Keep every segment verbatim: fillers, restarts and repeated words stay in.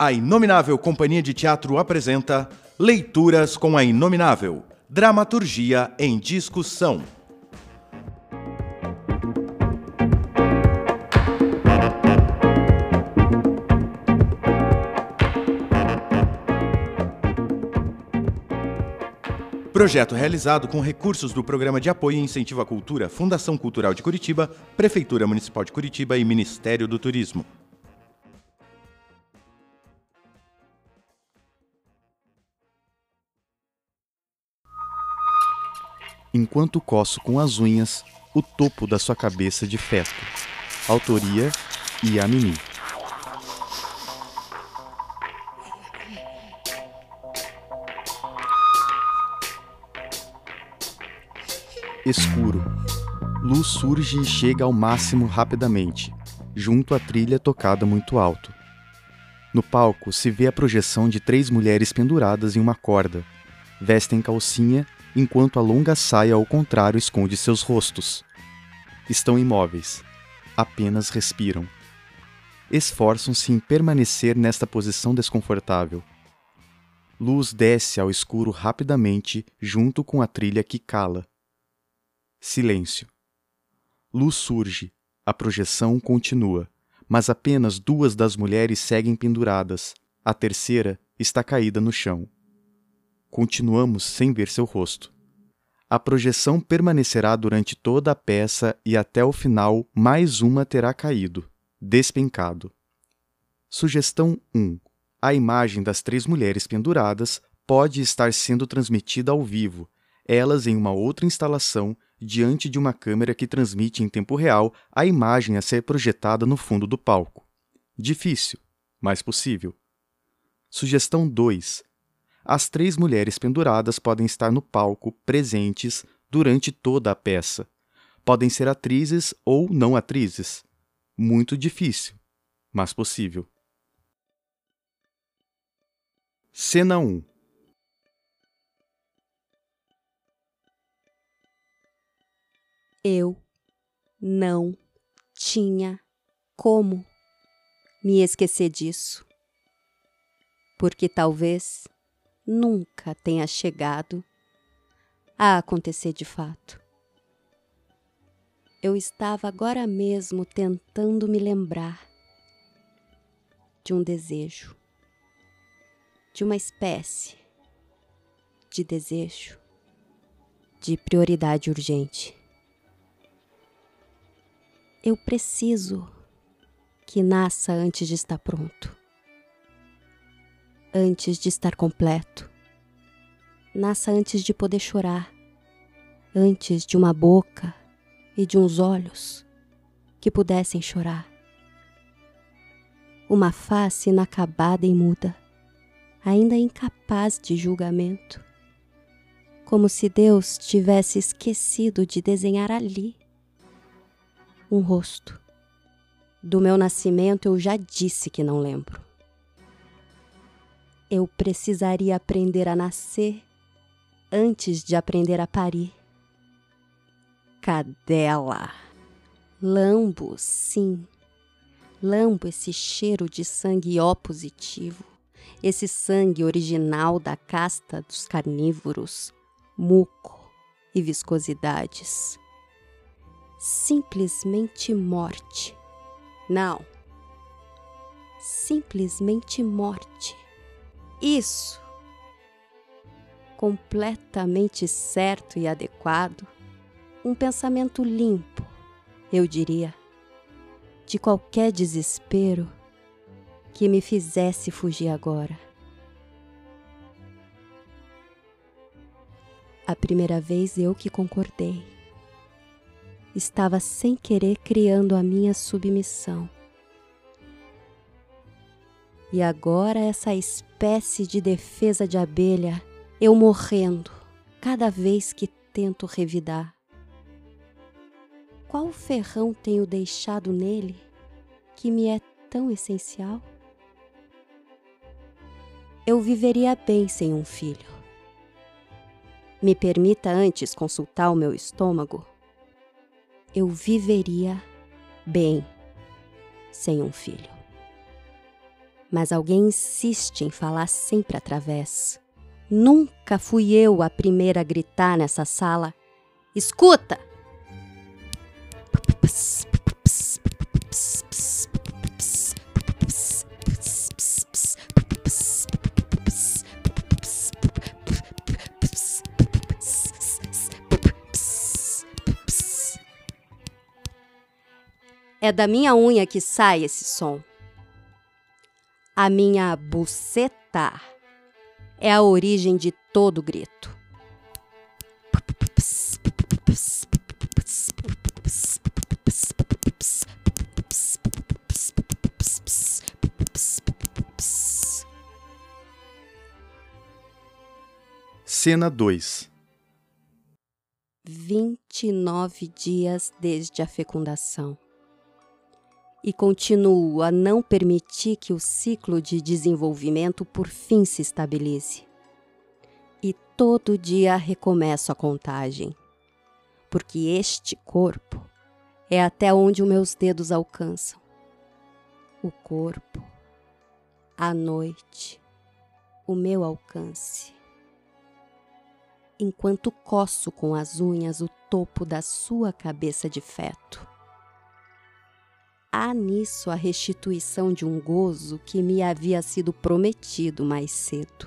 A Inominável Companhia de Teatro apresenta Leituras com a Inominável, dramaturgia em discussão. Projeto realizado com recursos do Programa de Apoio e Incentivo à Cultura, Fundação Cultural de Curitiba, Prefeitura Municipal de Curitiba e Ministério do Turismo. Enquanto coço com as unhas o topo da sua cabeça de festa. Autoria Iamini. Escuro. Luz surge e chega ao máximo rapidamente, junto à trilha tocada muito alto. No palco se vê a projeção de três mulheres penduradas em uma corda. Vestem calcinha, enquanto a longa saia ao contrário esconde seus rostos. Estão imóveis. Apenas respiram. Esforçam-se em permanecer nesta posição desconfortável. Luz desce ao escuro rapidamente, junto com a trilha que cala. Silêncio. Luz surge. A projeção continua, mas apenas duas das mulheres seguem penduradas. A terceira está caída no chão. Continuamos sem ver seu rosto. A projeção permanecerá durante toda a peça e até o final mais uma terá caído, despencado. Sugestão um. A imagem das três mulheres penduradas pode estar sendo transmitida ao vivo, elas em uma outra instalação, diante de uma câmera que transmite em tempo real a imagem a ser projetada no fundo do palco. Difícil, mas possível. Sugestão dois. As três mulheres penduradas podem estar no palco, presentes, durante toda a peça. Podem ser atrizes ou não atrizes. Muito difícil, mas possível. Cena um. Eu não tinha como me esquecer disso, porque talvez nunca tenha chegado a acontecer de fato. Eu estava agora mesmo tentando me lembrar de um desejo, de uma espécie de desejo de prioridade urgente. Eu preciso que nasça antes de estar pronto. Antes de estar completo. Nasça antes de poder chorar. Antes de uma boca e de uns olhos que pudessem chorar. Uma face inacabada e muda, ainda incapaz de julgamento. Como se Deus tivesse esquecido de desenhar ali um rosto. Do meu nascimento eu já disse que não lembro. Eu precisaria aprender a nascer antes de aprender a parir. Cadela. Lambo, sim. Lambo esse cheiro de sangue O positivo. Esse sangue original da casta dos carnívoros. Muco e viscosidades. Simplesmente morte. Não. Simplesmente morte. Isso, completamente certo e adequado, um pensamento limpo, eu diria, de qualquer desespero que me fizesse fugir agora. A primeira vez eu que concordei. Estava sem querer criando a minha submissão. E agora essa espécie de defesa de abelha, eu morrendo, cada vez que tento revidar. Qual ferrão tenho deixado nele que me é tão essencial? Eu viveria bem sem um filho. Me permita antes consultar o meu estômago. Eu viveria bem sem um filho. Mas alguém insiste em falar sempre através. Nunca fui eu a primeira a gritar nessa sala. Escuta! É da minha unha que sai esse som. A minha buceta é a origem de todo grito. Cena dois. Vinte e nove dias desde a fecundação. E continuo a não permitir que o ciclo de desenvolvimento por fim se estabilize. E todo dia recomeço a contagem, porque este corpo é até onde os meus dedos alcançam. O corpo, a noite, o meu alcance. Enquanto coço com as unhas o topo da sua cabeça de feto. Há nisso a restituição de um gozo que me havia sido prometido mais cedo.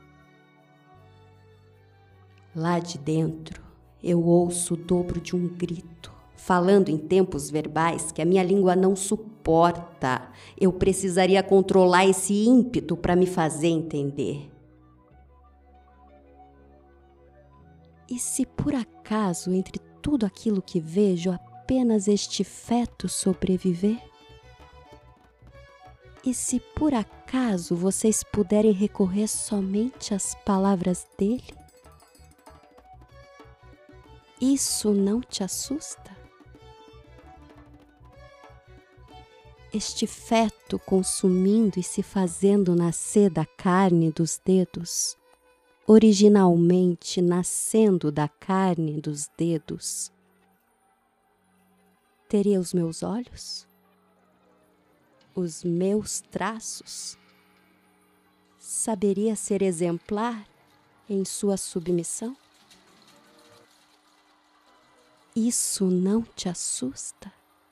Lá de dentro, eu ouço o dobro de um grito, falando em tempos verbais que a minha língua não suporta. Eu precisaria controlar esse ímpeto para me fazer entender. E se por acaso, entre tudo aquilo que vejo, apenas este feto sobreviver? E se por acaso vocês puderem recorrer somente às palavras dele? Isso não te assusta? Este feto consumindo e se fazendo nascer da carne dos dedos, originalmente nascendo da carne dos dedos, teria os meus olhos? Os meus traços? Saberia ser exemplar em sua submissão? Isso não te assusta?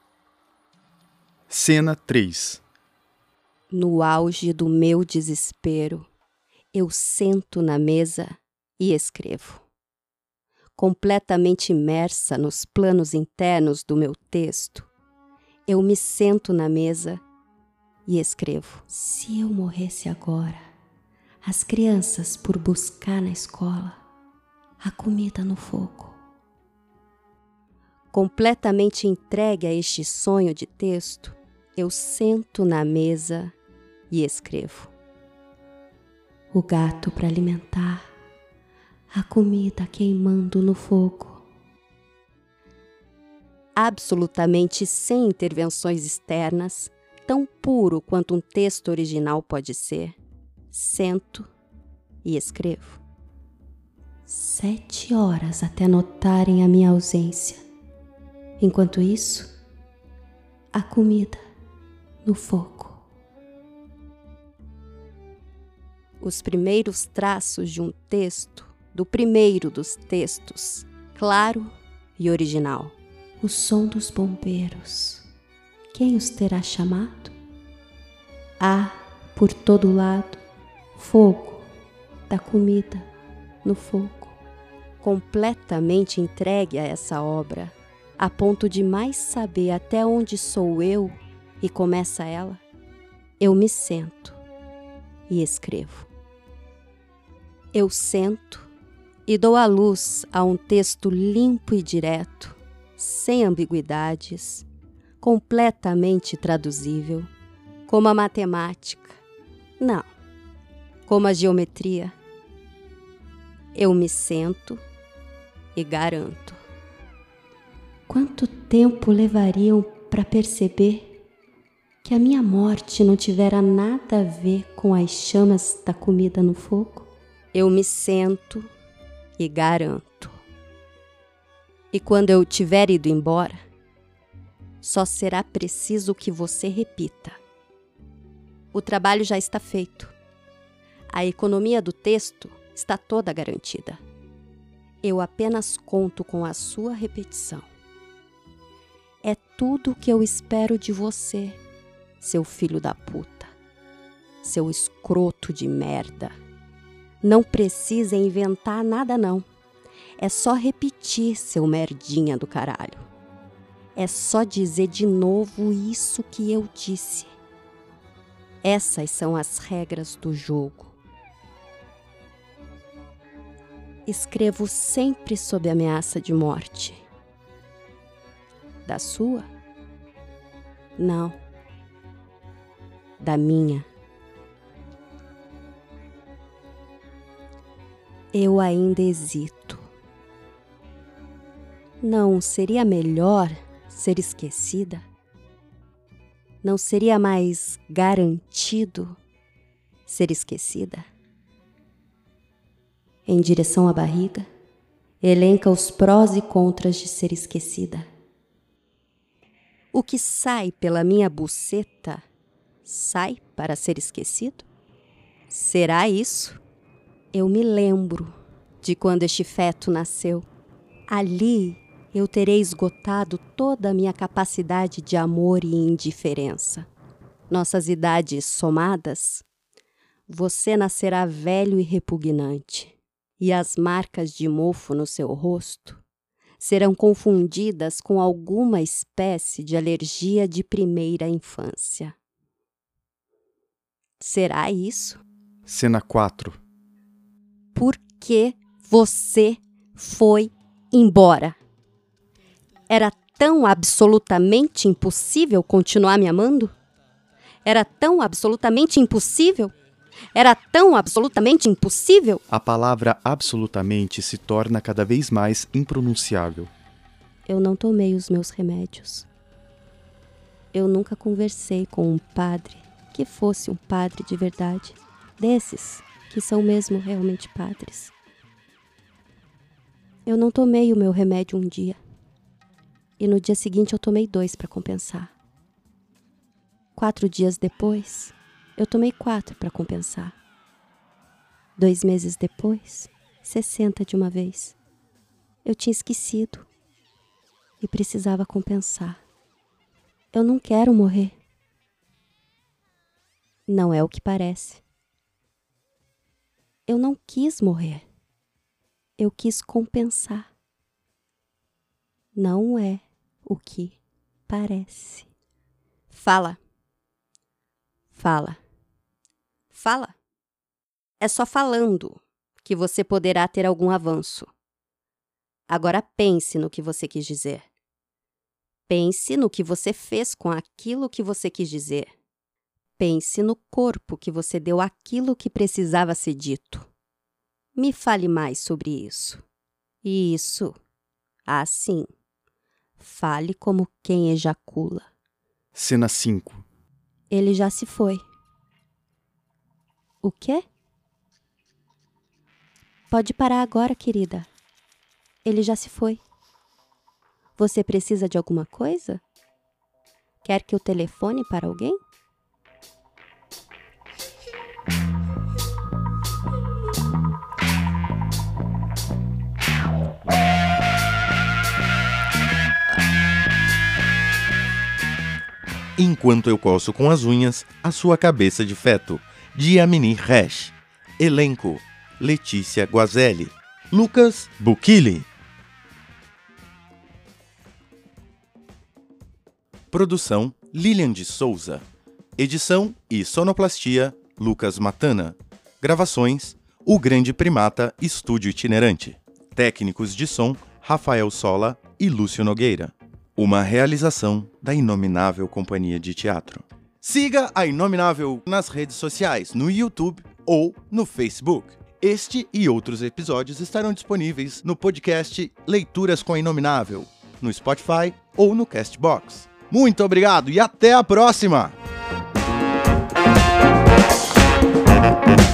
Cena três. No auge do meu desespero, eu sento na mesa e escrevo. Completamente imersa nos planos internos do meu texto, eu me sento na mesa e escrevo. Se eu morresse agora, as crianças por buscar na escola a comida no fogo. Completamente entregue a este sonho de texto, eu sento na mesa e escrevo. O gato para alimentar, a comida queimando no fogo. Absolutamente sem intervenções externas, tão puro quanto um texto original pode ser, sento e escrevo. Sete horas até notarem a minha ausência. Enquanto isso, a comida no fogo. Os primeiros traços de um texto, do primeiro dos textos, claro e original. O som dos bombeiros. Quem os terá chamado? Há, por todo lado, fogo da comida no fogo. Completamente entregue a essa obra, a ponto de mais saber até onde sou eu e começa ela, eu me sento e escrevo. Eu sento e dou à luz a um texto limpo e direto, sem ambiguidades, completamente traduzível, como a matemática. Não, como a geometria. Eu me sento e garanto. Quanto tempo levariam para perceber que a minha morte não tivera nada a ver com as chamas da comida no fogo? Eu me sento e garanto. E quando eu tiver ido embora, só será preciso que você repita. O trabalho já está feito. A economia do texto está toda garantida. Eu apenas conto com a sua repetição. É tudo o que eu espero de você, seu filho da puta. Seu escroto de merda. Não precisa inventar nada, não. É só repetir, seu merdinha do caralho. É só dizer de novo isso que eu disse. Essas são as regras do jogo. Escrevo sempre sob ameaça de morte. Da sua? Não. Da minha. Eu ainda hesito. Não seria melhor ser esquecida? Não seria mais garantido ser esquecida? Em direção à barriga, elenca os prós e contras de ser esquecida. O que sai pela minha buceta sai para ser esquecido? Será isso? Eu me lembro de quando este feto nasceu. Ali eu terei esgotado toda a minha capacidade de amor e indiferença. Nossas idades somadas, você nascerá velho e repugnante, e as marcas de mofo no seu rosto serão confundidas com alguma espécie de alergia de primeira infância. Será isso? Cena quatro. Por que você foi embora? Era tão absolutamente impossível continuar me amando? Era tão absolutamente impossível? Era tão absolutamente impossível? A palavra absolutamente se torna cada vez mais impronunciável. Eu não tomei os meus remédios. Eu nunca conversei com um padre que fosse um padre de verdade, desses que são mesmo realmente padres. Eu não tomei o meu remédio um dia. E no dia seguinte eu tomei dois para compensar. Quatro dias depois, eu tomei quatro para compensar. Dois meses depois, sessenta de uma vez. Eu tinha esquecido. E precisava compensar. Eu não quero morrer. Não é o que parece. Eu não quis morrer. Eu quis compensar. Não é o que parece. Fala. Fala. Fala. É só falando que você poderá ter algum avanço. Agora pense no que você quis dizer. Pense no que você fez com aquilo que você quis dizer. Pense no corpo que você deu àquilo que precisava ser dito. Me fale mais sobre isso. Isso. Assim. Fale como quem ejacula. Cena cinco. Ele já se foi. O quê? Pode parar agora, querida. Ele já se foi. Você precisa de alguma coisa? Quer que eu telefone para alguém? Enquanto eu coço com as unhas a sua cabeça de feto, de Yamini Resch. Elenco: Letícia Guazelli, Lucas Bukili. Produção: Lilian de Souza. Edição e sonoplastia: Lucas Matana. Gravações: O Grande Primata Estúdio Itinerante. Técnicos de som: Rafael Sola e Lúcio Nogueira. Uma realização da Inominável Companhia de Teatro. Siga a Inominável nas redes sociais, no YouTube ou no Facebook. Este e outros episódios estarão disponíveis no podcast Leituras com a Inominável, no Spotify ou no Castbox. Muito obrigado e até a próxima!